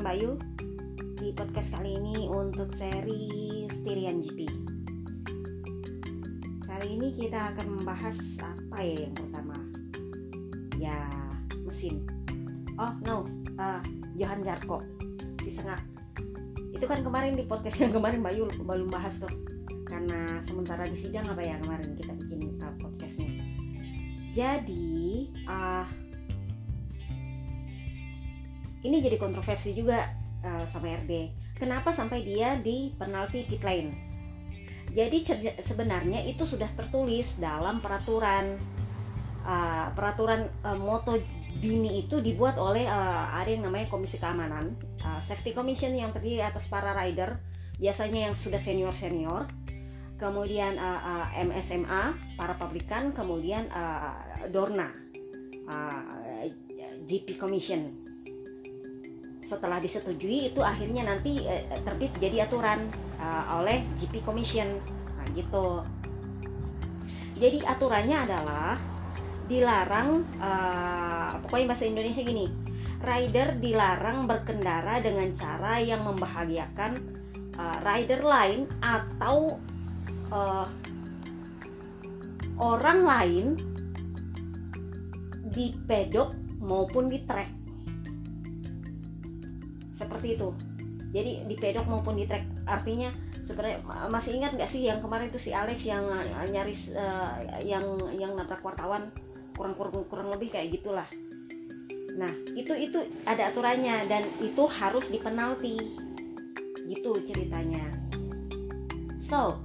Mbak Yu di podcast kali ini untuk seri Styrian GP. Kali ini kita akan membahas apa ya yang pertama? Ya, mesin. Johan Zarco si Sengak. Itu kan kemarin di podcast yang kemarin Mbak Yu belum bahas tuh. Karena sementara di sidang kemarin kita bikin podcastnya. Jadi ini jadi kontroversi juga sama RD. Kenapa sampai dia di penalti pit lane? Jadi sebenarnya itu sudah tertulis dalam peraturan Moto Dini itu dibuat oleh ada yang namanya Komisi Keamanan, Safety Commission yang terdiri atas para rider, biasanya yang sudah senior, kemudian MSMA, para pabrikan, kemudian Dorna, GP Commission. Setelah disetujui itu akhirnya nanti terbit jadi aturan oleh GP Commission. Nah gitu. Jadi aturannya adalah dilarang, pokoknya bahasa Indonesia gini, rider dilarang berkendara dengan cara yang membahagiakan rider lain atau orang lain di pedok maupun di track. Seperti itu. Jadi di pedok maupun di track. Artinya sebenarnya masih ingat nggak sih yang kemarin itu si Alex yang nyaris yang nabrak wartawan, kurang lebih kayak gitulah. Nah itu ada aturannya dan itu harus dipenalti. Gitu ceritanya. So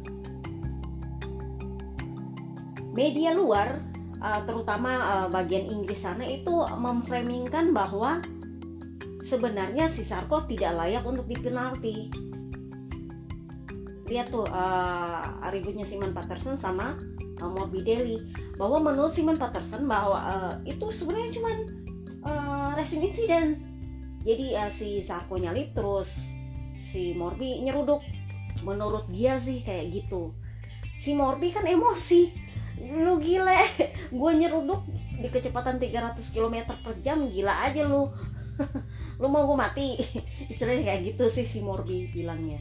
media luar, terutama bagian Inggris sana itu memframingkan bahwa sebenarnya si Zarco tidak layak untuk dipenalti. Lihat tuh ributnya Simon Patterson sama Morbidelli, bahwa menurut Simon Patterson bahwa itu sebenarnya cuma racing incident. Jadi si Zarco nyalip terus si Morbi nyeruduk. Menurut dia sih kayak gitu. Si Morbi kan emosi, lu gila, gue nyeruduk di kecepatan 300 km per jam, gila aja lu. Lu mau gue mati, istilahnya kayak gitu sih si Morbi bilangnya.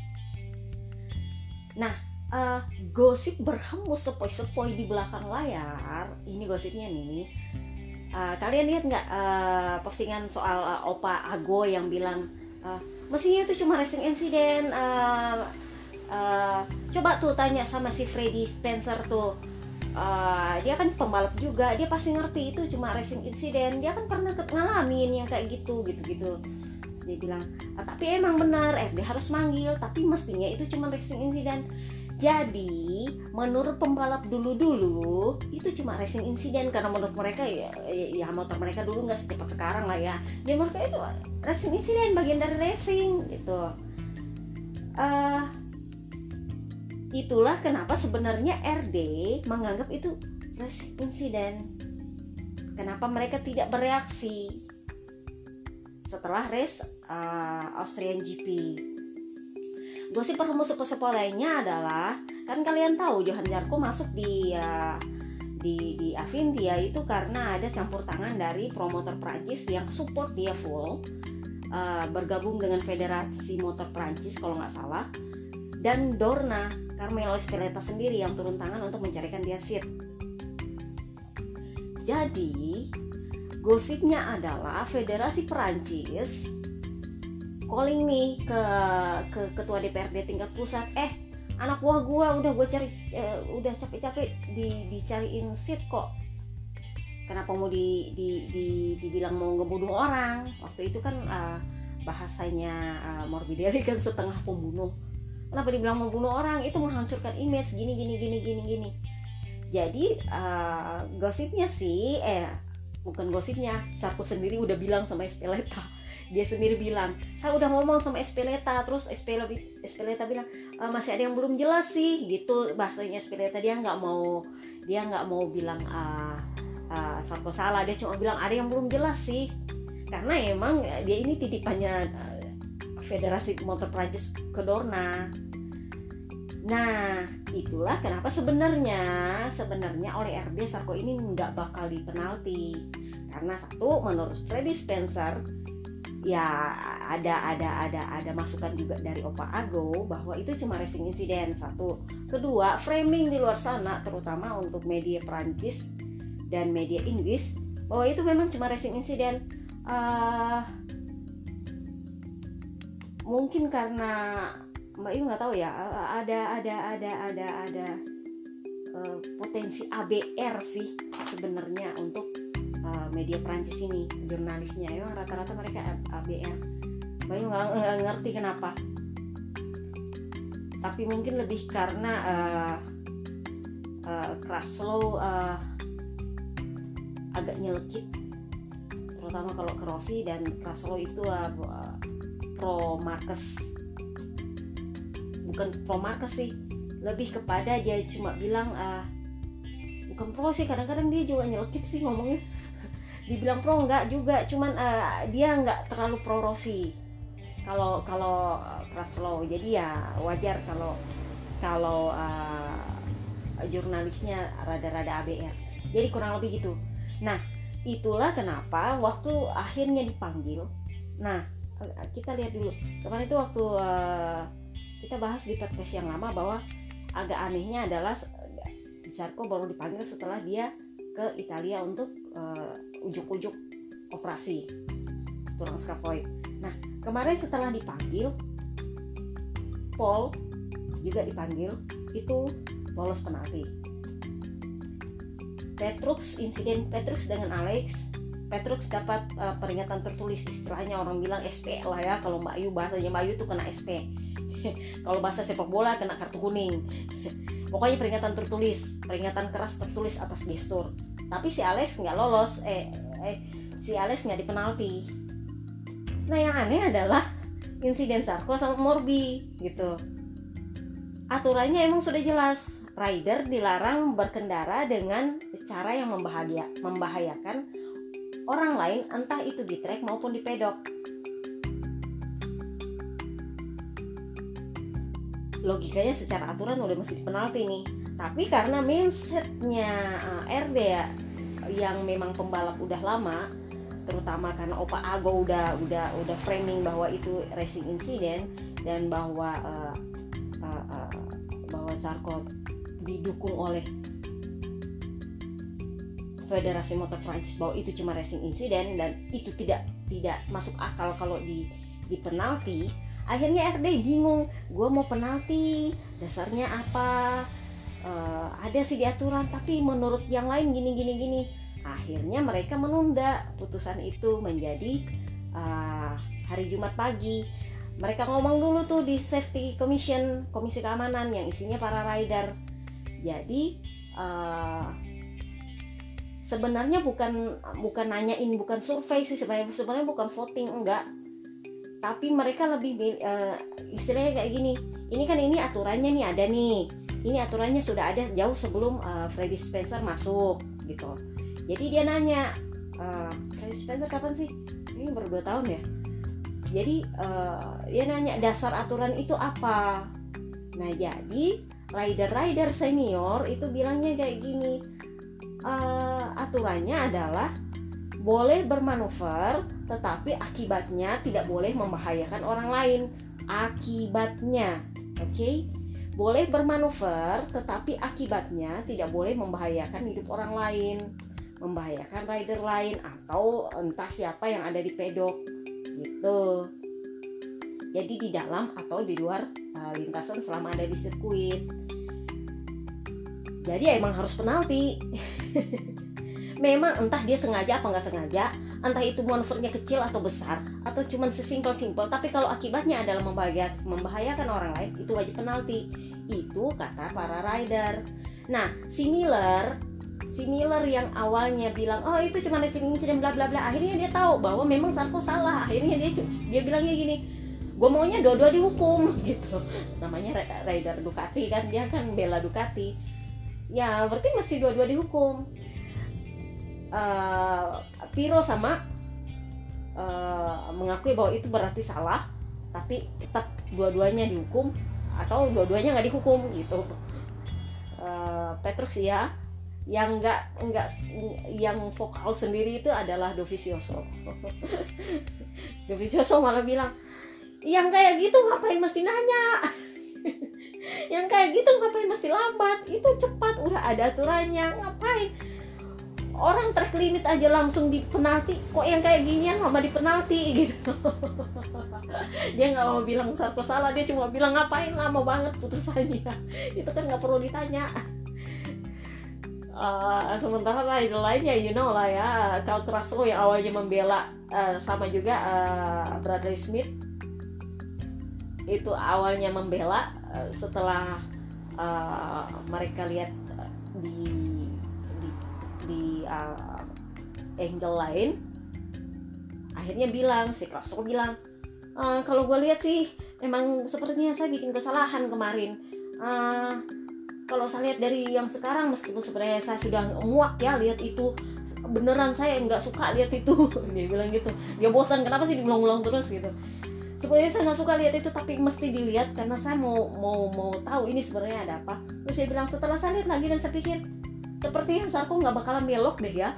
Nah gosip berhembus sepoi-sepoi di belakang layar. Ini gosipnya nih. Kalian lihat nggak postingan soal Opa Ago yang bilang mesinnya itu cuma racing incident. Coba tuh tanya sama si Freddie Spencer tuh. Dia kan pembalap juga, dia pasti ngerti itu cuma racing incident, dia kan pernah ngalamin yang kayak gitu. Terus dia bilang, tapi emang benar, dia harus manggil, tapi mestinya itu cuma racing incident. Jadi menurut pembalap dulu itu cuma racing incident, karena menurut mereka ya motor mereka dulu nggak secepat sekarang lah ya. Dia mereka itu racing incident, bagian dari racing gitu. Itulah kenapa sebenarnya RD menganggap itu racing incident. Kenapa mereka tidak bereaksi setelah race Austrian GP. Gosip perhembus-sepoi lainnya adalah, kan kalian tahu Johan Zarco masuk di Avintia itu karena ada campur tangan dari promotor Prancis yang support dia full, bergabung dengan Federasi Motor Prancis kalau nggak salah, dan Dorna, Carmelo Espeleta sendiri yang turun tangan untuk mencarikan dia seat. Jadi gosipnya adalah Federasi Perancis calling nih ke ketua DPRD tingkat pusat, anak buah gua udah cari, udah capek-capek dicariin seat kok. Kenapa mau dibilang mau ngebunuh orang? Waktu itu kan bahasanya Morbidelli kan setengah pembunuh. Kenapa dibilang membunuh orang? Itu menghancurkan image gini. Jadi gosipnya sih, bukan gosipnya, Zarco sendiri udah bilang sama Espeleta. Dia sendiri bilang, saya udah ngomong sama Espeleta. Terus Espeleta bilang, masih ada yang belum jelas sih, gitu bahasanya Espeleta. Dia nggak mau bilang Zarco salah. Dia cuma bilang ada yang belum jelas sih, karena emang dia ini titipannya Federasi Motor Prancis ke Dorna. Nah, itulah kenapa sebenarnya oleh RD Zarco ini nggak bakal dipenalti. Karena satu, menurut Freddie Spencer, ya ada masukan juga dari Opa Ago bahwa itu cuma racing incident. Satu, kedua, framing di luar sana terutama untuk media Prancis dan media Inggris bahwa itu memang cuma racing incident. Mungkin karena Mbak Yu nggak tahu ya, ada potensi ABR sih sebenarnya untuk media Prancis ini, jurnalisnya emang rata-rata mereka ABR. Mbak Yu nggak ngerti kenapa, tapi mungkin lebih karena Kraslow agak nyelekit, terutama kalau ke Rossi, dan Kraslow itu pro Marquez, bukan pro Marquez sih, lebih kepada dia cuma bilang bukan pro sih, kadang-kadang dia juga nyelekit sih ngomongnya. Dibilang pro enggak juga, cuman dia enggak terlalu pro Rossi kalau Kraslow. Jadi ya wajar kalau jurnalisnya rada-rada ABR. Jadi kurang lebih gitu. Nah, itulah kenapa waktu akhirnya dipanggil. Nah, kita lihat dulu. Kemarin itu waktu kita bahas di podcast yang lama bahwa agak anehnya adalah Zarco baru dipanggil setelah dia ke Italia untuk ujuk-ujuk operasi tulang scafoid. Nah, kemarin setelah dipanggil, Paul juga dipanggil, itu lolos penalti. Petrux dengan Alex. Petrux dapat peringatan tertulis, istilahnya orang bilang SP lah ya, kalau Mbak Yu, bahasanya Mbak Yu tuh kena SP. Kalau bahasa sepak bola kena kartu kuning. Pokoknya peringatan tertulis, peringatan keras tertulis atas gestur. Tapi si Alex nggak lolos, si Alex nggak dipenalti. Nah, yang aneh adalah insiden Zarco sama Morbi gitu. Aturannya emang sudah jelas, rider dilarang berkendara dengan cara yang membahayakan orang lain, entah itu di trek maupun di pedok. Logikanya secara aturan udah mesti penalti nih, tapi karena mindsetnya RD ya, yang memang pembalap udah lama, terutama karena Opa Ago udah framing bahwa itu racing incident, dan bahwa Zarco didukung oleh Federasi Motor Prancis bahwa itu cuma racing incident dan itu tidak masuk akal kalau di penalti. Akhirnya RD bingung, gue mau penalti, dasarnya apa? Ada sih di aturan, tapi menurut yang lain gini. Akhirnya mereka menunda putusan itu menjadi hari Jumat pagi. Mereka ngomong dulu tuh di Safety Commission, komisi keamanan yang isinya para rider. Jadi sebenarnya bukan nanyain, bukan survei sih sebenarnya bukan voting, enggak. Tapi mereka lebih istilahnya kayak gini, ini aturannya nih ada nih, ini aturannya sudah ada jauh sebelum Freddie Spencer masuk gitu. Jadi dia nanya, Freddie Spencer kapan sih? Ini baru 2 tahun ya. Jadi dia nanya dasar aturan itu apa. Nah, jadi rider senior itu bilangnya kayak gini, aturannya adalah boleh bermanuver, tetapi akibatnya tidak boleh membahayakan orang lain. Akibatnya, oke? Boleh bermanuver, tetapi akibatnya tidak boleh membahayakan hidup orang lain, membahayakan rider lain, atau entah siapa yang ada di pedok, gitu. Jadi di dalam atau di luar lintasan selama ada di sirkuit. Jadi emang harus penalti. Memang entah dia sengaja apa nggak sengaja, entah itu manuvernya kecil atau besar, atau cuman sesimpel-simpel, tapi kalau akibatnya adalah membahayakan orang lain, itu wajib penalti. Itu kata para rider. Nah, si Miller yang awalnya bilang, oh itu cuma racing incident bla bla bla, akhirnya dia tahu bahwa memang Zarco salah. Akhirnya dia bilangnya gini, gue maunya dua-dua dihukum gitu. Namanya rider Ducati kan, dia kan bela Ducati. Ya berarti mesti dua-dua dihukum. Piro sama mengakui bahwa itu berarti salah, tapi tetap dua-duanya dihukum atau dua-duanya nggak dihukum gitu. Petrux ya, yang nggak yang vokal sendiri itu adalah Dovizioso. Dovizioso malah bilang, yang kayak gitu ngapain mesti nanya. Yang kayak gitu ngapain mesti lambat, itu cepat, udah ada aturannya, ngapain orang track limit aja langsung di penalti, kok yang kayak ginian lama di penalti gitu. Dia nggak mau bilang Sarko salah, dia cuma bilang ngapain lama banget putusannya. Itu kan nggak perlu ditanya. Sementara lainnya you know lah ya, Carl Kraslow yang awalnya membela, sama juga Bradley Smith itu awalnya membela, setelah mereka lihat di angle lain, akhirnya si Kraslow bilang, kalau gue lihat sih emang sepertinya saya bikin kesalahan kemarin. Kalau saya lihat dari yang sekarang, meskipun sebenarnya saya sudah muak ya lihat itu, beneran saya nggak suka lihat itu. Dia bilang gitu, dia bosan kenapa sih diulang-ulang terus gitu. Sebenarnya saya nggak suka lihat itu, tapi mesti dilihat karena saya mau tahu ini sebenarnya ada apa. Terus dia bilang, setelah saya lihat lagi dan saya pikir sepertinya Sarko nggak bakalan belok deh ya.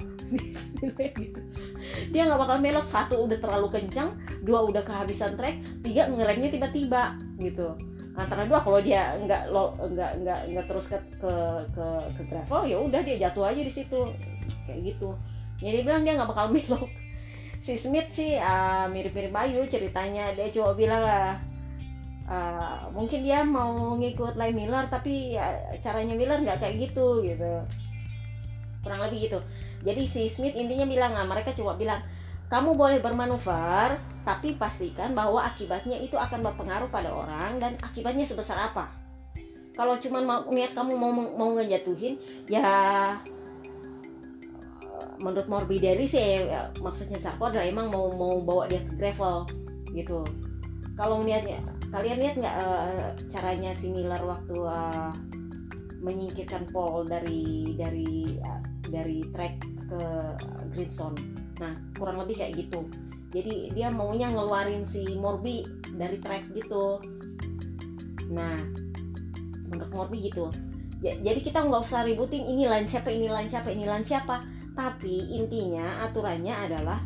Dia nggak bakal belok, 1 udah terlalu kencang, 2 udah kehabisan track, 3 ngeremnya tiba-tiba gitu. Antara 2 kalau dia nggak terus ke gravel, ya udah dia jatuh aja di situ kayak gitu. Jadi dia bilang dia nggak bakal belok. Si Smith sih mirip-mirip Bayu ceritanya, dia cuma bilang mungkin dia mau ngikut Leigh Miller, tapi ya, caranya Miller nggak kayak gitu, kurang lebih gitu. Jadi si Smith intinya bilang, mereka cuma bilang kamu boleh bermanuver, tapi pastikan bahwa akibatnya itu akan berpengaruh pada orang dan akibatnya sebesar apa. Kalau cuma niat kamu mau ngejatuhin, ya menurut Morbidelli sih maksudnya Sarko adalah emang mau bawa dia ke gravel gitu. Kalau niatnya, kalian lihat nggak caranya si Miller waktu menyingkirkan Paul dari track ke Greenstone. Nah kurang lebih kayak gitu. Jadi dia maunya ngeluarin si Morbi dari track gitu. Nah menurut Morbi gitu. Jadi kita nggak usah ributin ini lain siapa. Tapi intinya aturannya adalah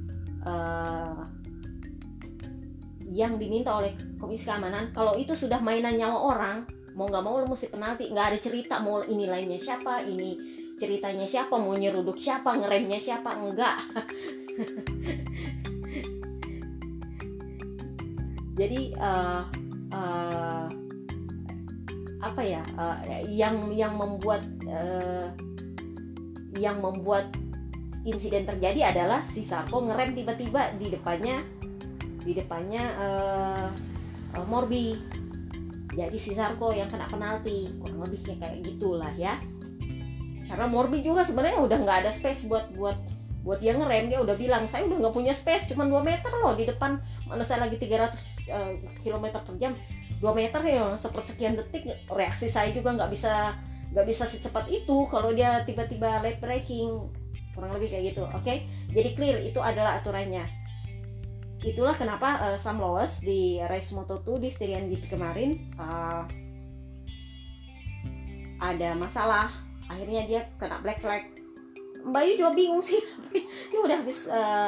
yang diminta oleh Komisi Keamanan, kalau itu sudah mainan nyawa orang, mau nggak mau lo mesti penalti. Nggak ada cerita mau ini lainnya siapa, ini ceritanya siapa, mau nyeruduk siapa, ngeremnya siapa, enggak. Jadi apa ya, yang membuat insiden terjadi adalah si Sarko ngerem tiba-tiba di depannya Morbi. Jadi si Sarko yang kena penalti, kurang lebihnya kayak gitulah ya. Karena Morbi juga sebenarnya udah nggak ada space buat dia ngerem. Dia udah bilang, saya udah nggak punya space, cuma 2 meter loh di depan, mana saya lagi 300 km per jam, 2 meter ya sepersekian detik. Reaksi saya juga nggak bisa secepat itu kalau dia tiba-tiba late braking, kurang lebih kayak gitu. Oke? Jadi clear, itu adalah aturannya. Itulah kenapa Sam Lowes di race Moto2 di Styrian GP kemarin ada masalah, akhirnya dia kena black flag. Bayu juga bingung sih. Dia udah habis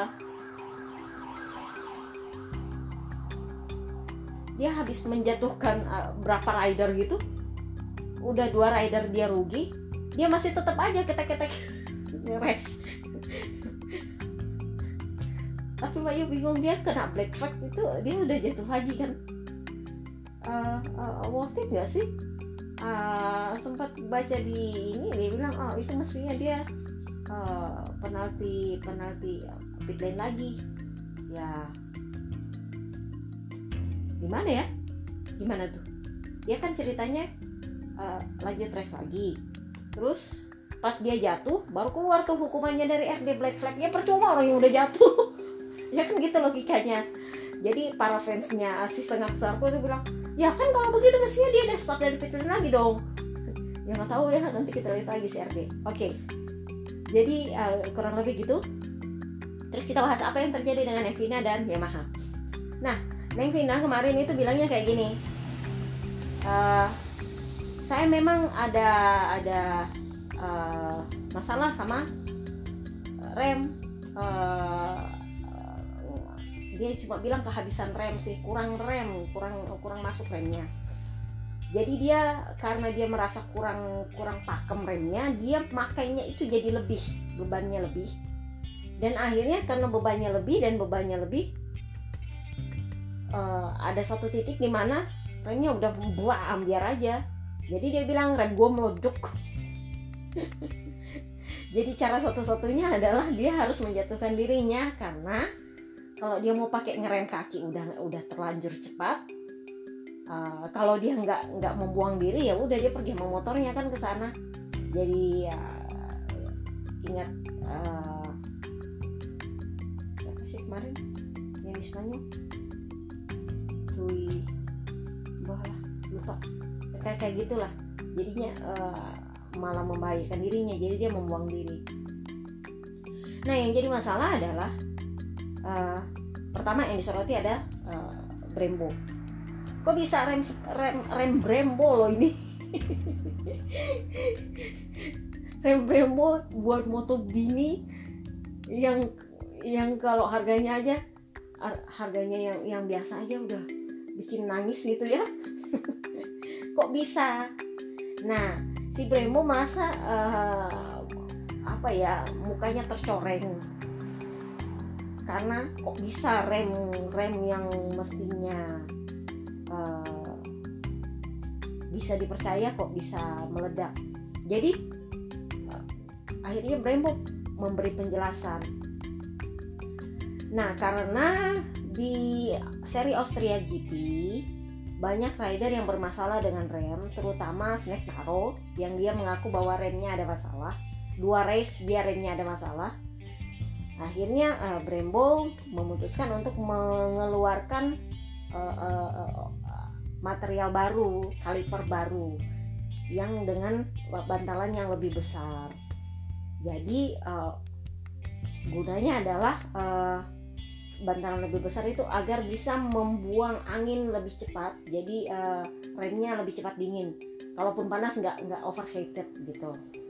menjatuhkan berapa rider gitu, udah 2 rider dia rugi, dia masih tetap aja ketek-ketek race. Tapi Bayu bingung, dia kena black flag itu dia udah jatuh lagi kan. Worth it gak sih? Sempat baca di ini, dia bilang itu mestinya dia penalti pit lane lagi ya. Gimana tuh? Dia kan ceritanya lanjut race lagi, terus pas dia jatuh baru keluar tuh hukumannya dari RD black flag. Ya percuma orang yang udah jatuh. Ya kan gitu logikanya. Jadi para fansnya si Sengak Sarko itu bilang, ya kan kalau begitu mestinya dia udah start dari pit lane lagi dong. Ya nggak tahu ya, nanti kita lihat lagi si RD. Oke. Jadi kurang lebih gitu. Terus kita bahas apa yang terjadi dengan Nevina dan Yamaha. Nah, Nevina kemarin itu bilangnya kayak gini, saya memang ada masalah sama rem, dia cuma bilang kehabisan rem sih, kurang masuk remnya. Jadi dia karena dia merasa kurang pakem remnya, dia makainya itu jadi bebannya lebih. Dan akhirnya karena bebannya lebih, ada satu titik di mana remnya udah buang, biar aja. Jadi dia bilang rem gue meleduk. Jadi cara satu-satunya adalah dia harus menjatuhkan dirinya, karena kalau dia mau pakai ngerem kaki udah terlanjur cepat. Kalau dia nggak membuang diri, ya udah dia pergi sama motornya kan ke sana. Jadi ingat siapa sih kemarin yang di Spanyol, lupa, kayak gitulah. Jadinya malah membahayakan dirinya, jadi dia membuang diri. Nah, yang jadi masalah adalah pertama yang disoroti ada Brembo. Kok bisa rem Brembo loh ini? Rem Brembo buat motor bini yang kalau harganya yang biasa aja udah bikin nangis gitu ya. Kok bisa? Nah, si Brembo merasa mukanya tercoreng, karena kok bisa rem yang mestinya bisa dipercaya kok bisa meledak. Jadi akhirnya Brembo memberi penjelasan. Nah, karena di seri Austria GP banyak rider yang bermasalah dengan rem, terutama Snaktaro yang dia mengaku bahwa remnya ada masalah. 2 race dia remnya ada masalah. Akhirnya Brembo memutuskan untuk mengeluarkan material baru, kaliper baru yang dengan bantalan yang lebih besar. Jadi gunanya adalah bantalan lebih besar itu agar bisa membuang angin lebih cepat. Jadi remnya lebih cepat dingin. Kalaupun panas nggak overheated gitu.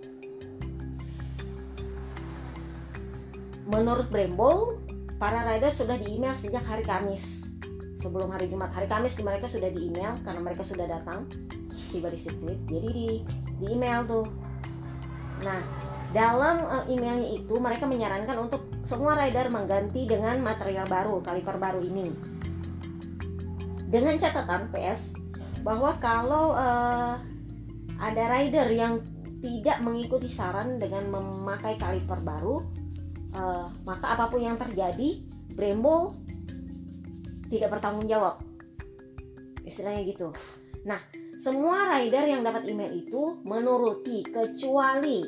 Menurut Brembo, para rider sudah di-email sejak hari Kamis. Sebelum hari Jumat, hari Kamis mereka sudah di-email karena mereka sudah datang tiba di sirkuit. Jadi di-email tuh. Nah, dalam emailnya itu mereka menyarankan untuk semua rider mengganti dengan material baru, kaliper baru ini. Dengan catatan PS bahwa kalau ada rider yang tidak mengikuti saran dengan memakai kaliper baru, maka apapun yang terjadi, Brembo tidak bertanggung jawab. Istilahnya gitu. Nah, semua rider yang dapat email itu menuruti kecuali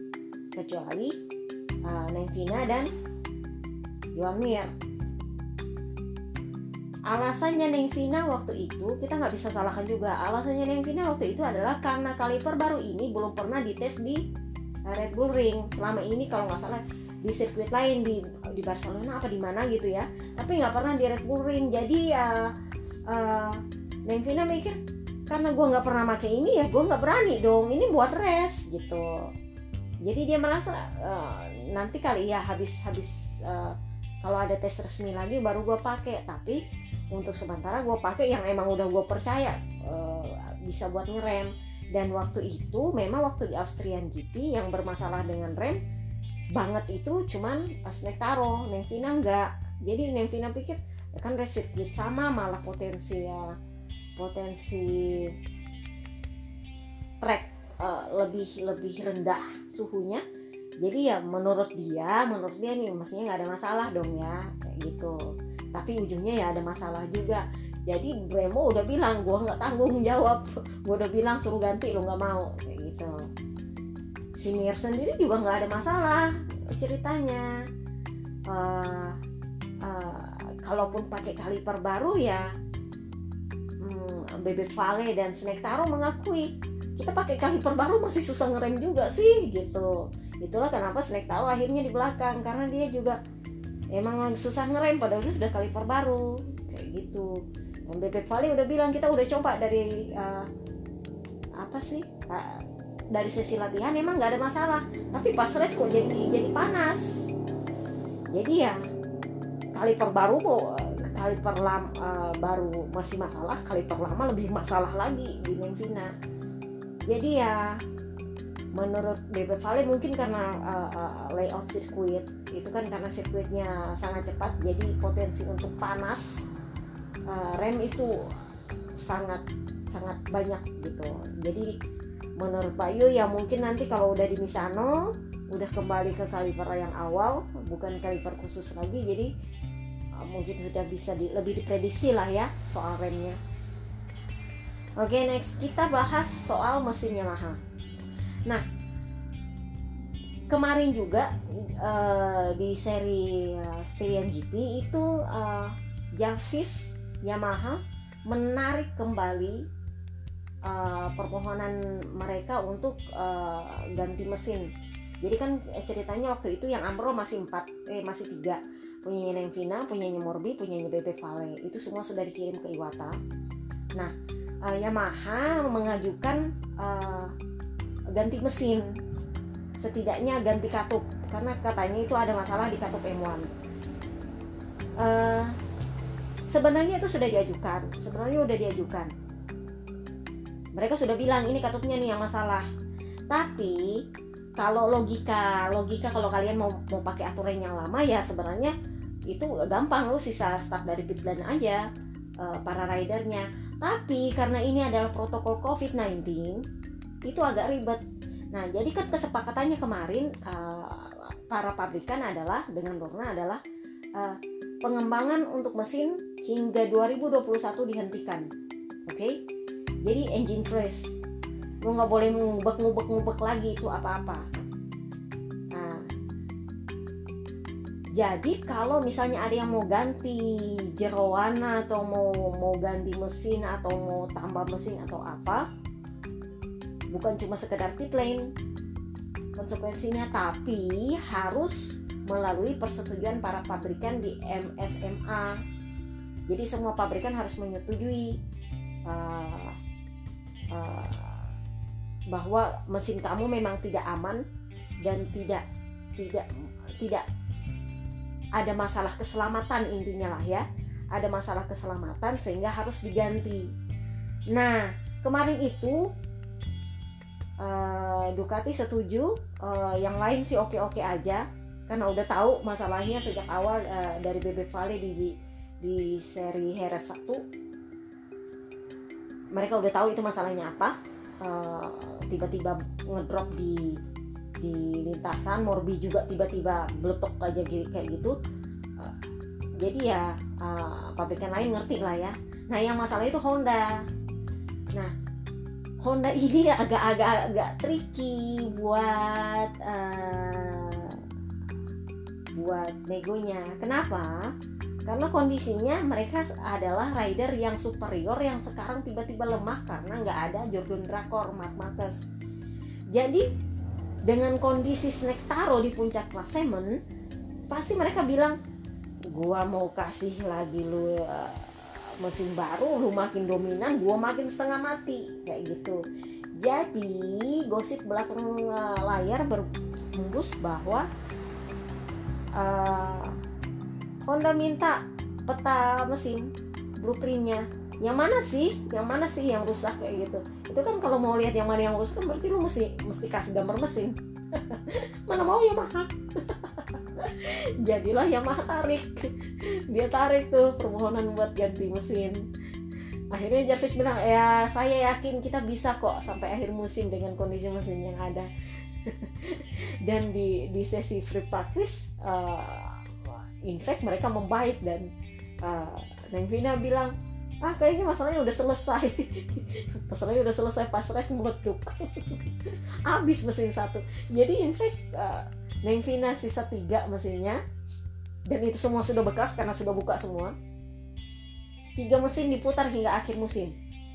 Neng Vina dan Joan Mir. Alasannya Neng Vina waktu itu kita nggak bisa salahkan juga. Alasannya Neng Vina waktu itu adalah karena kaliper baru ini belum pernah dites di Red Bull Ring. Selama ini kalau nggak salah di sirkuit lain di Barcelona apa di mana gitu ya, tapi nggak pernah di Red Bull Ring. Jadi Neng Vina mikir, karena gue nggak pernah pakai ini ya gue nggak berani dong, ini buat race gitu. Jadi dia merasa nanti kali ya habis kalau ada tes resmi lagi baru gue pakai. Tapi untuk sementara gue pakai yang emang udah gue percaya bisa buat ngerem. Dan waktu itu memang waktu di Austrian GP yang bermasalah dengan rem banget itu cuman Snaktaro, Neng Vina enggak. Jadi Neng Vina pikir ya kan sirkuit sama, malah potensi track lebih rendah suhunya. Jadi ya menurut dia nih mestinya nggak ada masalah dong ya kayak gitu. Tapi ujungnya ya ada masalah juga. Jadi Brembo udah bilang gue nggak tanggung jawab, gue udah bilang suruh ganti lo nggak mau kayak gitu. Si Mir sendiri juga nggak ada masalah ceritanya. Kalaupun pakai kaliper baru ya Bebe Vale dan Snaktaro mengakui kita pakai kaliper baru masih susah ngerem juga sih gitu. Itulah kenapa Snaktaro akhirnya di belakang, karena dia juga emang susah ngerem padahal dia sudah kaliper baru kayak gitu. Dan Bebe Vale udah bilang kita udah coba dari dari sesi latihan emang nggak ada masalah, tapi pas race kok jadi panas. Jadi ya kaliper baru baru masih masalah, kaliper lama lebih masalah lagi di Nengvina. Jadi ya menurut Bebe Vale mungkin karena layout sirkuit itu kan, karena sirkuitnya sangat cepat, jadi potensi untuk panas rem itu sangat banyak gitu. Jadi menurut Bayu ya mungkin nanti kalau udah di Misano udah kembali ke kaliper yang awal, bukan kaliper khusus lagi, jadi mungkin sudah bisa lebih diprediksi lah ya soal remnya. Oke, next kita bahas soal mesin Yamaha. Nah, kemarin juga di seri Styrian GP itu Jarvis Yamaha menarik kembali permohonan mereka untuk ganti mesin. Jadi kan ceritanya waktu itu yang Ambro masih 3, punyanya Nengvina, punyanya Morbi, punyanya Bebe Vale, itu semua sudah dikirim ke Iwata. Nah, Yamaha mengajukan ganti mesin, setidaknya ganti katup, karena katanya itu ada masalah di katup M1. Sebenarnya itu sudah diajukan, mereka sudah bilang ini katupnya nih yang masalah. Tapi kalau logika kalau kalian mau pakai aturan yang lama ya sebenarnya itu gampang, lu sisa start dari pit lane aja para ridernya. Tapi karena ini adalah protokol COVID-19 itu agak ribet. Nah, jadi kan kesepakatannya kemarin para pabrikan adalah dengan Dorna adalah pengembangan untuk mesin hingga 2021 dihentikan. Oke? Jadi engine fresh. Lu nggak boleh ngubek lagi itu apa-apa. Nah, jadi kalau misalnya ada yang mau ganti jeroan atau mau ganti mesin atau mau tambah mesin atau apa, bukan cuma sekedar pit lane konsekuensinya, tapi harus melalui persetujuan para pabrikan di MSMA. Jadi semua pabrikan harus menyetujui bahwa mesin kamu memang tidak aman dan tidak ada masalah keselamatan, intinya lah ya, ada masalah keselamatan sehingga harus diganti. Nah, kemarin itu Ducati setuju, yang lain sih oke aja karena udah tahu masalahnya sejak awal dari Bebe Vale di seri Heres 1. Mereka udah tahu itu masalahnya apa. Tiba-tiba ngedrop di lintasan, Morbi juga tiba-tiba beletok aja kayak gitu. Jadi ya pabrikan lain ngerti lah ya. Nah, yang masalah itu Honda. Nah, Honda ini agak tricky buat negonya. Kenapa? Karena kondisinya mereka adalah rider yang superior yang sekarang tiba-tiba lemah karena nggak ada Jordan Drakor, Marc Marquez. Jadi dengan kondisi Snectaro di puncak klasemen, pasti mereka bilang, gua mau kasih lagi lu mesin baru, lu makin dominan, gua makin setengah mati, kayak gitu. Jadi gosip belakang layar berhembus bahwa Honda minta peta mesin, blueprintnya. Yang mana sih yang rusak kayak gitu. Itu kan kalau mau lihat yang mana yang rusak kan berarti lu mesti kasih gambar mesin. Mana mau Yamaha. Jadilah Yamaha dia tarik tuh permohonan buat ganti mesin. Akhirnya Jarvis bilang, ya saya yakin kita bisa kok sampai akhir musim dengan kondisi mesin yang ada. Dan di sesi free practice in fact mereka membaik dan Nengvina bilang, kayaknya masalahnya udah selesai. Pas race meletup. Habis mesin 1. Jadi in fact Nengvina sisa 3 mesinnya, dan itu semua sudah bekas karena sudah buka semua. 3 mesin diputar hingga akhir musim.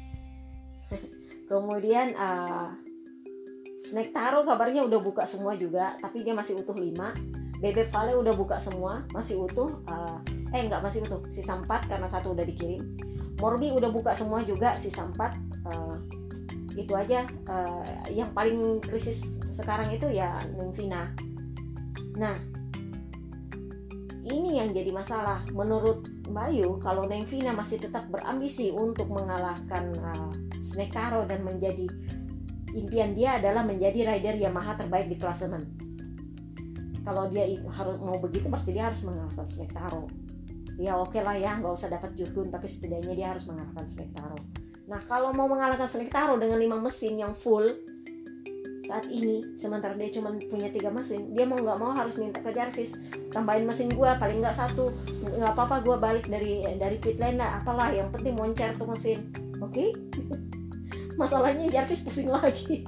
Kemudian Snectaro kabarnya udah buka semua juga, tapi dia masih utuh 5. Bebe Vale udah buka semua, masih utuh. Enggak, masih utuh, sisa 4 karena 1 udah dikirim. Morbi udah buka semua juga, sisa 4. Itu aja. Yang paling krisis sekarang itu ya Nengvina. Nah, ini yang jadi masalah menurut Bayu. Kalau Neng Vina masih tetap berambisi untuk mengalahkan Snectaro dan menjadi, impian dia adalah menjadi rider Yamaha terbaik di klasemen. Kalau dia harus mau begitu, berarti dia harus mengalahkan Snectaro. Ya oke lah ya, nggak usah dapat jurgun, tapi setidaknya dia harus mengalahkan Snectaro. Nah kalau mau mengalahkan Snectaro dengan 5 mesin yang full saat ini, sementara dia cuma punya 3 mesin, dia mau nggak mau harus minta ke Jarvis, tambahin mesin gue paling nggak 1, nggak apa-apa gue balik dari pit lane lah, apalah, yang penting moncer tuh mesin. Oke? Masalahnya Jarvis pusing lagi.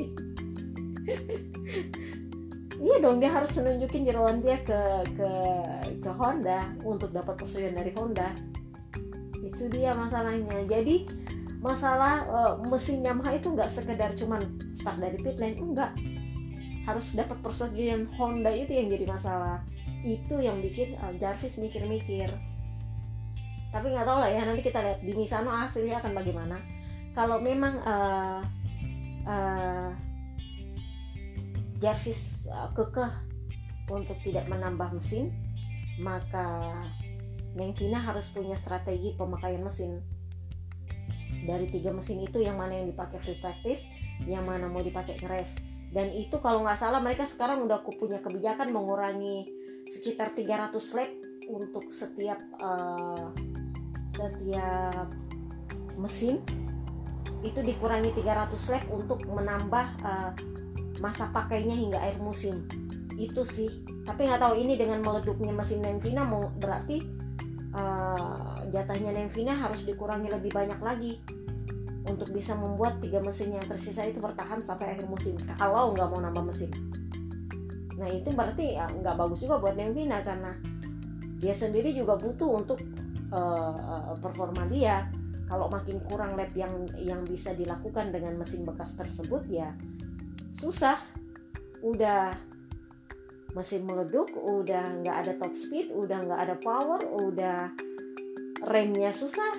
Iya dong, dia harus menunjukin jeroan dia ke Honda untuk dapat persetujuan dari Honda. Itu dia masalahnya. Jadi masalah mesin Yamaha itu nggak sekedar cuman start dari pit lane, enggak, harus dapat persetujuan Honda, itu yang jadi masalah. Itu yang bikin Jarvis mikir-mikir. Tapi nggak tahu lah ya, nanti kita lihat di Misano hasilnya akan bagaimana. Kalau memang Jarvis kekeh untuk tidak menambah mesin, maka Neng Vina harus punya strategi pemakaian mesin. Dari 3 mesin itu yang mana yang dipakai free practice, yang mana mau dipakai race. Dan itu kalau nggak salah mereka sekarang udah punya kebijakan mengurangi sekitar 300 lap untuk setiap mesin. Itu dikurangi 300 lap untuk menambah masa pakainya hingga akhir musim. Itu sih. Tapi nggak tahu ini dengan meleduknya mesin Neng Vina mau berarti jatahnya Neng Vina harus dikurangi lebih banyak lagi untuk bisa membuat 3 mesin yang tersisa itu bertahan sampai akhir musim, kalau nggak mau nambah mesin. Nah itu berarti nggak bagus juga buat Neng Vina, karena dia sendiri juga butuh untuk performa dia. Kalau makin kurang lap yang bisa dilakukan dengan mesin bekas tersebut, ya susah. Udah mesin meleduk, udah nggak ada top speed, udah nggak ada power, udah remnya susah,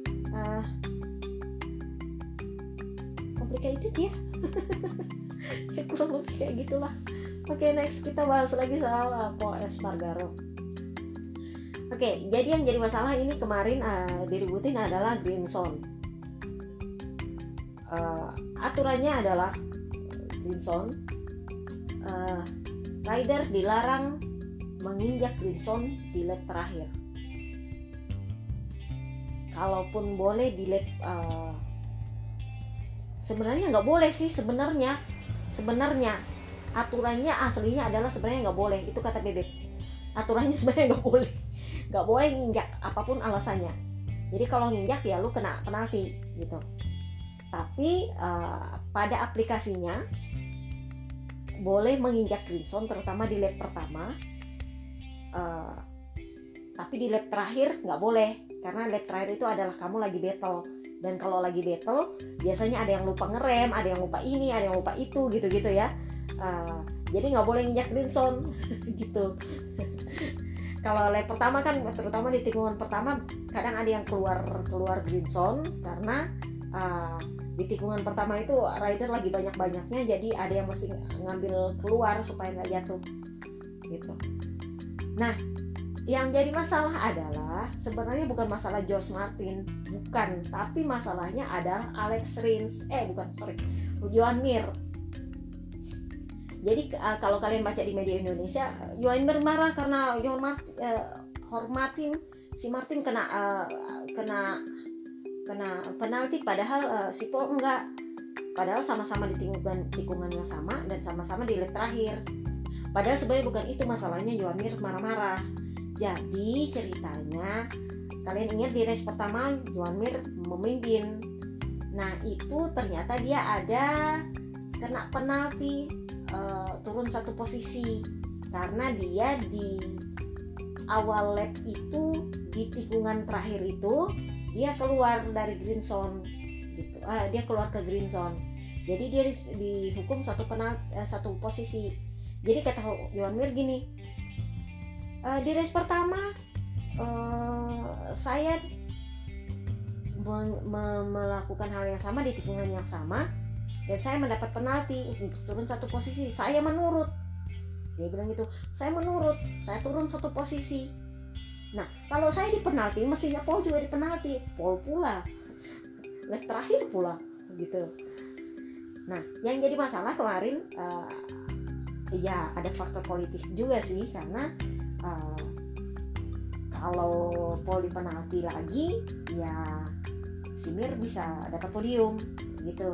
complicated ya. Ya kurang lebih kayak gitulah. Oke, next kita bahas lagi soal Paul Espargaro. Oke, jadi yang jadi masalah ini kemarin diributin adalah green zone. Aturannya adalah green zone, rider dilarang menginjak green zone di lap terakhir. Kalaupun boleh di lap, sebenarnya nggak boleh sih sebenarnya aturannya aslinya adalah sebenarnya nggak boleh. Itu kata Bebek, aturannya sebenarnya nggak boleh nginjak apapun alasannya. Jadi kalau nginjak ya lu kena penalti gitu. Tapi pada aplikasinya boleh menginjak green zone terutama di lap pertama, tapi di lap terakhir nggak boleh, karena lap terakhir itu adalah kamu lagi battle, dan kalau lagi battle biasanya ada yang lupa ngerem, ada yang lupa ini, ada yang lupa itu gitu ya. Jadi nggak boleh nginjak green zone gitu. Kalau lap pertama kan, terutama di tikungan pertama, kadang ada yang keluar green zone karena di tikungan pertama itu rider lagi banyak-banyaknya, jadi ada yang mesti ngambil keluar supaya nggak jatuh gitu. Nah, yang jadi masalah adalah sebenarnya bukan masalah George Martin, bukan, tapi masalahnya adalah Joan Mir. Jadi kalau kalian baca di media Indonesia, Joan Mir marah karena si Martin kena penalti, padahal si Paul enggak. Padahal sama-sama di tikungan yang sama dan sama-sama di lap terakhir. Padahal sebenarnya bukan itu masalahnya. Joan Mir marah-marah. Jadi ceritanya, kalian ingat di race pertama Joan Mir memimpin. Nah itu ternyata dia ada kena penalti, turun 1 posisi karena dia di awal lap itu, di tikungan terakhir itu dia keluar dari green zone gitu. Dia keluar ke green zone. Jadi dia dihukum 1 posisi. Jadi kata Joan Mir gini, di race pertama saya melakukan hal yang sama di tikungan yang sama dan saya mendapat penalti untuk turun 1 posisi. Saya menurut, dia bilang gitu, saya turun 1 posisi. Nah kalau saya di penalti, mestinya Paul juga di penalti, Paul pula leg terakhir pula gitu. Nah yang jadi masalah kemarin ya ada faktor politis juga sih, karena kalau Paul di penalti lagi ya si Mir bisa dapat podium gitu.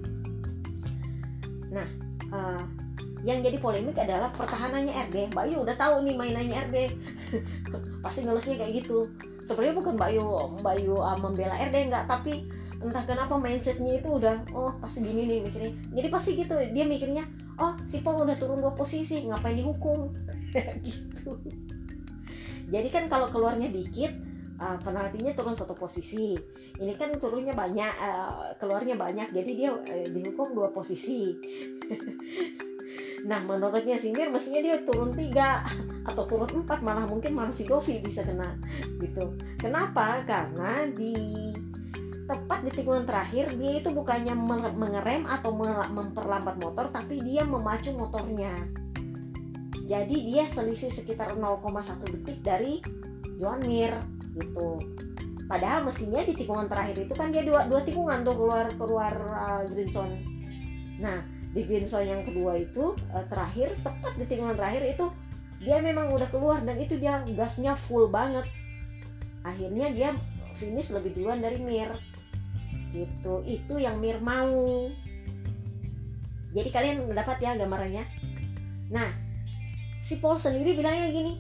Nah yang jadi polemik adalah pertahanannya RD. Mbak Yu udah tahu nih mainannya RD. Pasti ngelesnya kayak gitu. Sebenarnya bukan Mbak Yu membela RD enggak, tapi entah kenapa mindsetnya itu udah pasti gini nih mikirnya. Jadi pasti gitu, dia mikirnya si Paul udah turun 2 posisi, ngapain dihukum. Gitu. Jadi kan kalau keluarnya dikit, penaltinya turun 1 posisi. Ini kan turunnya banyak, keluarnya banyak, jadi dia dihukum 2 posisi. Nah menurutnya si Mir mestinya dia turun 3 atau turun 4, malah si Dovi bisa kena gitu. Kenapa? Karena tepat di tikungan terakhir dia itu bukannya mengerem atau memperlambat motor, tapi dia memacu motornya. Jadi dia selisih sekitar 0,1 detik dari Joan Mir gitu. Padahal mestinya di tikungan terakhir itu kan dia dua tikungan tuh keluar green zone. Nah di green zone yang kedua itu terakhir, tepat di tikungan terakhir itu dia memang udah keluar, dan itu dia gasnya full banget. Akhirnya dia finish lebih duluan dari Mir gitu. Itu yang Mir mau. Jadi kalian dapat ya gambarannya. Nah si Paul sendiri bilangnya gini,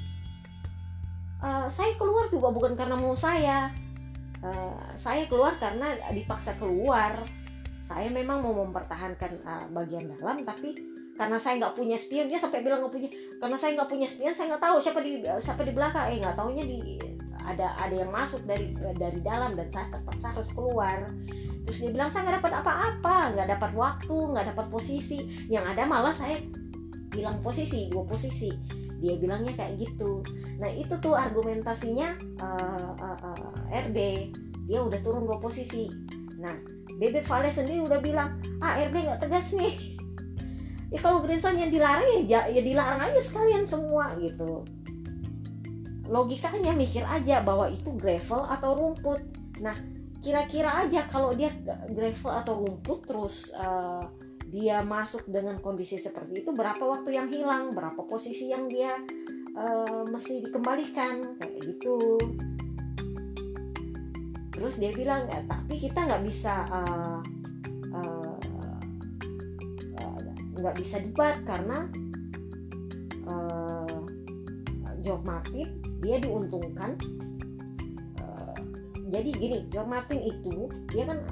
saya keluar juga bukan karena mau saya keluar karena dipaksa keluar. Saya memang mau mempertahankan bagian dalam, tapi karena saya nggak punya spion, dia sampai bilang nggak punya. Karena saya nggak punya spion, saya nggak tahu siapa di belakang. Nggak taunya ada yang masuk dari dalam, dan saya terpaksa harus keluar. Terus dia bilang saya nggak dapat apa-apa, nggak dapat waktu, nggak dapat posisi. Yang ada malah saya hilang posisi, 2 posisi. Dia bilangnya kayak gitu. Nah itu tuh argumentasinya RD, dia udah turun 2 posisi. Nah Bebek Vale sendiri udah bilang RD nggak tegas nih. Ya kalau green zone yang dilarang ya dilarang aja sekalian semua gitu. Logikanya mikir aja bahwa itu gravel atau rumput. Nah kira-kira aja kalau dia gravel atau rumput terus dia masuk dengan kondisi seperti itu, berapa waktu yang hilang, berapa posisi yang dia mesti dikembalikan kayak gitu. Terus dia bilang tapi kita nggak bisa debat karena George Martin dia diuntungkan. Jadi gini, George Martin itu dia kan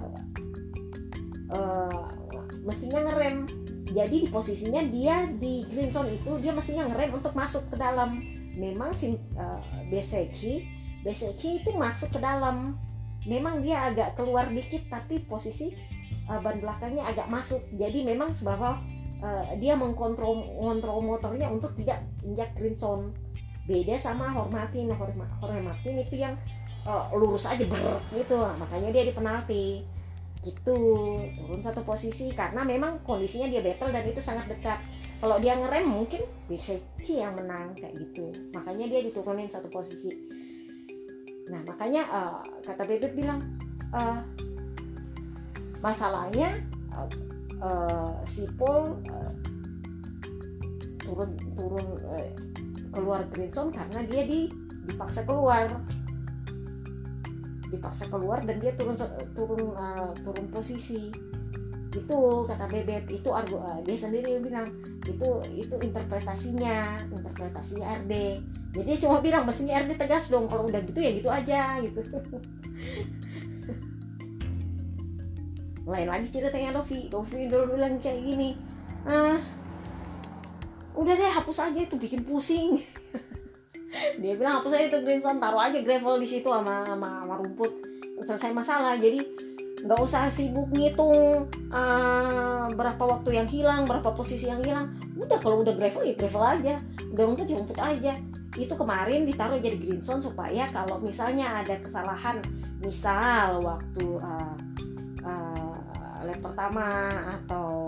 mestinya ngerem. Jadi di posisinya dia di green zone itu dia mestinya ngerem untuk masuk ke dalam. Memang si Bezzecchi itu masuk ke dalam. Memang dia agak keluar dikit, tapi posisi ban belakangnya agak masuk. Jadi memang sebab dia mengontrol motornya untuk tidak injak green zone. Beda sama Hormatin itu yang lurus aja gitu. Makanya dia di penalti gitu, turun 1 posisi karena memang kondisinya dia battle dan itu sangat dekat. Kalau dia ngerem mungkin Bezzecchi yang menang kayak gitu. Makanya dia diturunin 1 posisi. Nah makanya kata Bebek bilang masalahnya si Paul turun keluar green zone karena dia dipaksa keluar dan dia turun posisi. Itu kata Bebek, itu dia sendiri bilang itu interpretasi RD. Jadi dia cuma bilang mestinya RD tegas dong, kalau udah gitu ya gitu aja gitu. Lain lagi ceritanya Dovi dulu bilang kayak gini, udah deh hapus aja itu bikin pusing. Dia bilang hapus aja itu green zone, taruh aja gravel di situ sama rumput, selesai masalah. Jadi nggak usah sibuk ngitung berapa waktu yang hilang, berapa posisi yang hilang. Udah kalau udah gravel ya gravel aja, udah rumput ya rumput aja. Itu kemarin ditaruh jadi green zone supaya kalau misalnya ada kesalahan, misal waktu lap pertama atau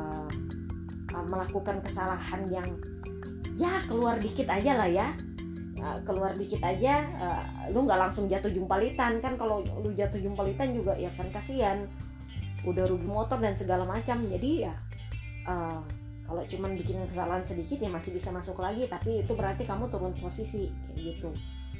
melakukan kesalahan yang ya keluar dikit aja lah ya, keluar dikit aja lu nggak langsung jatuh jumpalitan kan. Kalau lu jatuh jumpalitan juga ya kan kasihan, udah rugi motor dan segala macam. Jadi ya kalau cuman bikin kesalahan sedikit ya masih bisa masuk lagi, tapi itu berarti kamu turun posisi kayak gitu.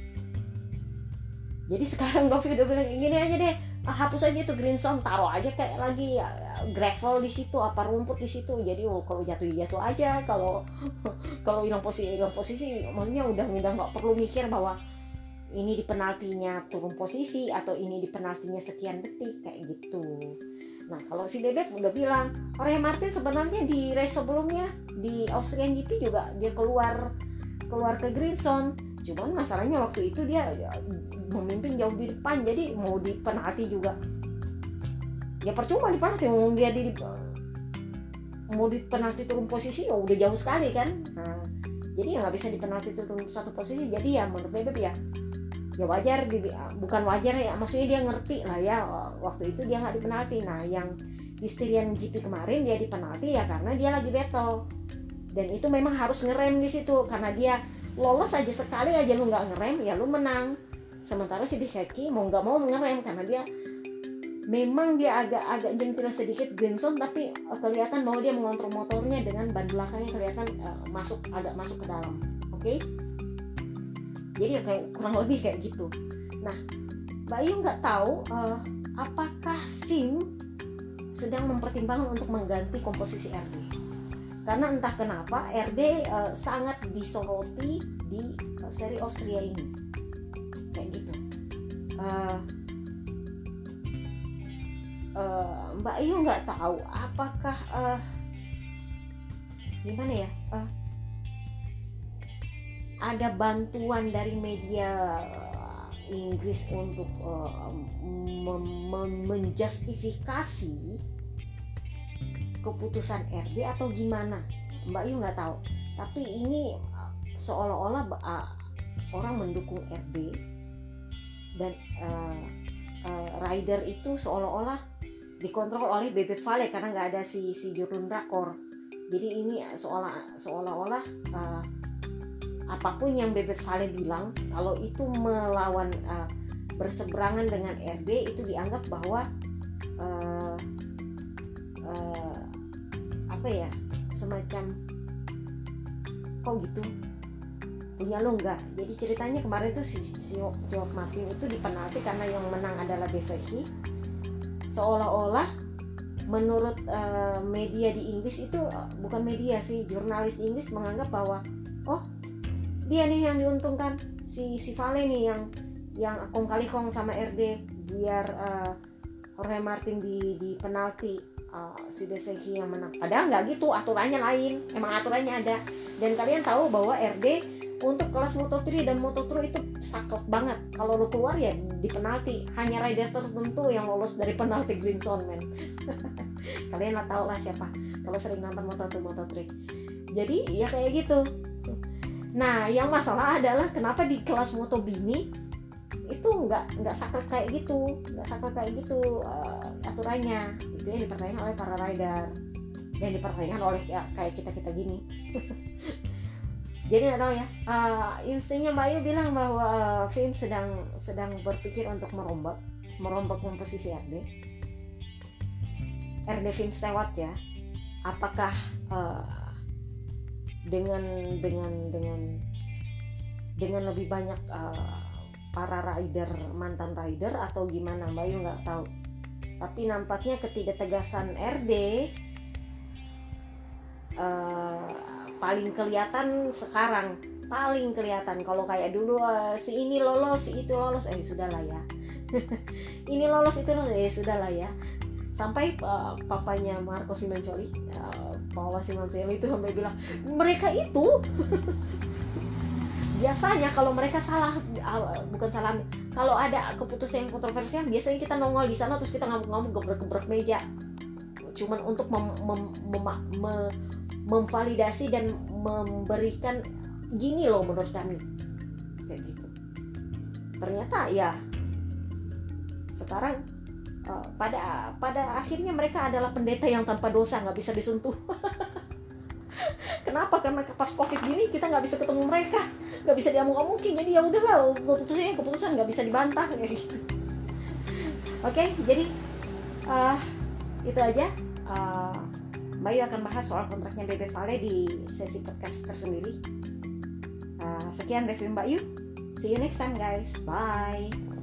Jadi sekarang Novi udah bilang gini aja deh, hapus aja itu green zone, taruh aja kayak lagi gravel di situ, apa rumput di situ. Jadi kalau jatuh aja, kalau hilang posisi, maksudnya udah nggak perlu mikir bahwa ini di penaltinya turun posisi atau ini di penaltinya sekian detik kayak gitu. Nah kalau si Bebek udah bilang, Jorge Martin sebenarnya di race sebelumnya di Austrian GP juga dia keluar ke green zone, cuman masalahnya waktu itu dia memimpin jauh di depan, jadi mau di penalti juga ya percuma di penalti, mau di penalti turun posisi udah jauh sekali kan. Nah, jadi ya nggak bisa di penalti turun satu posisi. Jadi ya menurut Bebek ya wajar, bukan wajar ya, maksudnya dia ngerti lah ya waktu itu dia nggak di penalti. Nah yang di Styrian GP kemarin dia di penalti ya karena dia lagi battle, dan itu memang harus ngerem di situ, karena dia lolos aja sekali aja lu nggak ngerem ya lu menang. Sementara si Bezzecchi mau nggak mau ngerem karena dia memang dia agak jentil sedikit green zone, tapi kelihatan bahwa dia mengontrol motornya dengan ban belakangnya kelihatan agak masuk ke dalam. Oke? Jadi ya kayak kurang lebih kayak gitu. Nah, Mbak Ayu nggak tahu apakah FIM sedang mempertimbangkan untuk mengganti komposisi RD. Karena entah kenapa RD sangat disoroti di seri Austria ini. Kayak gitu. Mbak Ayu nggak tahu apakah gimana ya, ada bantuan dari media Inggris untuk menjustifikasi keputusan RD atau gimana. Mbak Ayu nggak tahu, tapi ini seolah-olah orang mendukung RD dan rider itu seolah-olah dikontrol oleh Bebek Vale karena nggak ada si Jurun Rakor. Jadi ini seolah-olah apapun yang Bebek Vale bilang, kalau itu melawan berseberangan dengan RD, itu dianggap bahwa apa ya, semacam kok gitu punya lo enggak. Jadi ceritanya kemarin tuh si Jorge Martin itu di penalti karena yang menang adalah Bezzecchi. Seolah-olah menurut media di Inggris itu bukan media sih, jurnalis di Inggris menganggap bahwa oh dia nih yang diuntungkan, si Vale nih yang akong kali kong sama RD biar Jorge Martin di penalti, si Bezzecchi yang menang. Padahal nggak gitu, aturannya lain, emang aturannya ada. Dan kalian tahu bahwa RD untuk kelas Moto3 dan Moto2 itu saklek banget. Kalau lo keluar ya di penalti, hanya rider tertentu yang lolos dari penalti green zone, men. Kalian lah tahu lah siapa kalau sering nonton Moto2 Moto3. Jadi ya kayak gitu. Nah yang masalah adalah kenapa di kelas Moto Bini itu nggak saklek kayak gitu, aturannya. Itu yang dipertanyakan oleh para rider, yang dipertanyakan oleh kayak kita gini. Jadi nggak tahu ya, instingnya Mbak Ayu bilang bahwa FIM sedang berpikir untuk merombak komposisi RD FIM Stewart ya. Apakah dengan lebih banyak para rider, mantan rider atau gimana, Mbak Ayu nggak tahu. Tapi nampaknya ketidaktegasan RD paling kelihatan sekarang, kalau kayak dulu si ini lolos, si itu lolos, sudahlah ya. Ini lolos, itu lolos, sudahlah ya. Sampai papanya Marco Simoncelli, Paolo Simoncelli itu sampai bilang mereka itu biasanya kalau mereka salah, bukan salah, kalau ada keputusan yang kontroversial biasanya kita nongol di sana terus kita ngamuk-ngamuk, gebrek-gebrek meja, cuman untuk memvalidasi dan memberikan gini loh menurut kami, kayak gitu. Ternyata ya sekarang pada akhirnya mereka adalah pendeta yang tanpa dosa, nggak bisa disentuh. Kenapa? Karena pas covid gini kita nggak bisa ketemu mereka, nggak bisa diomong-omongin, jadi ya udahlah, keputusan nggak bisa dibantah kayak gitu. Oke, jadi itu aja. Mbak Yu akan bahas soal kontraknya Bebe Vale di sesi podcast tersendiri. Sekian review Mbak Yu. See you next time guys. Bye.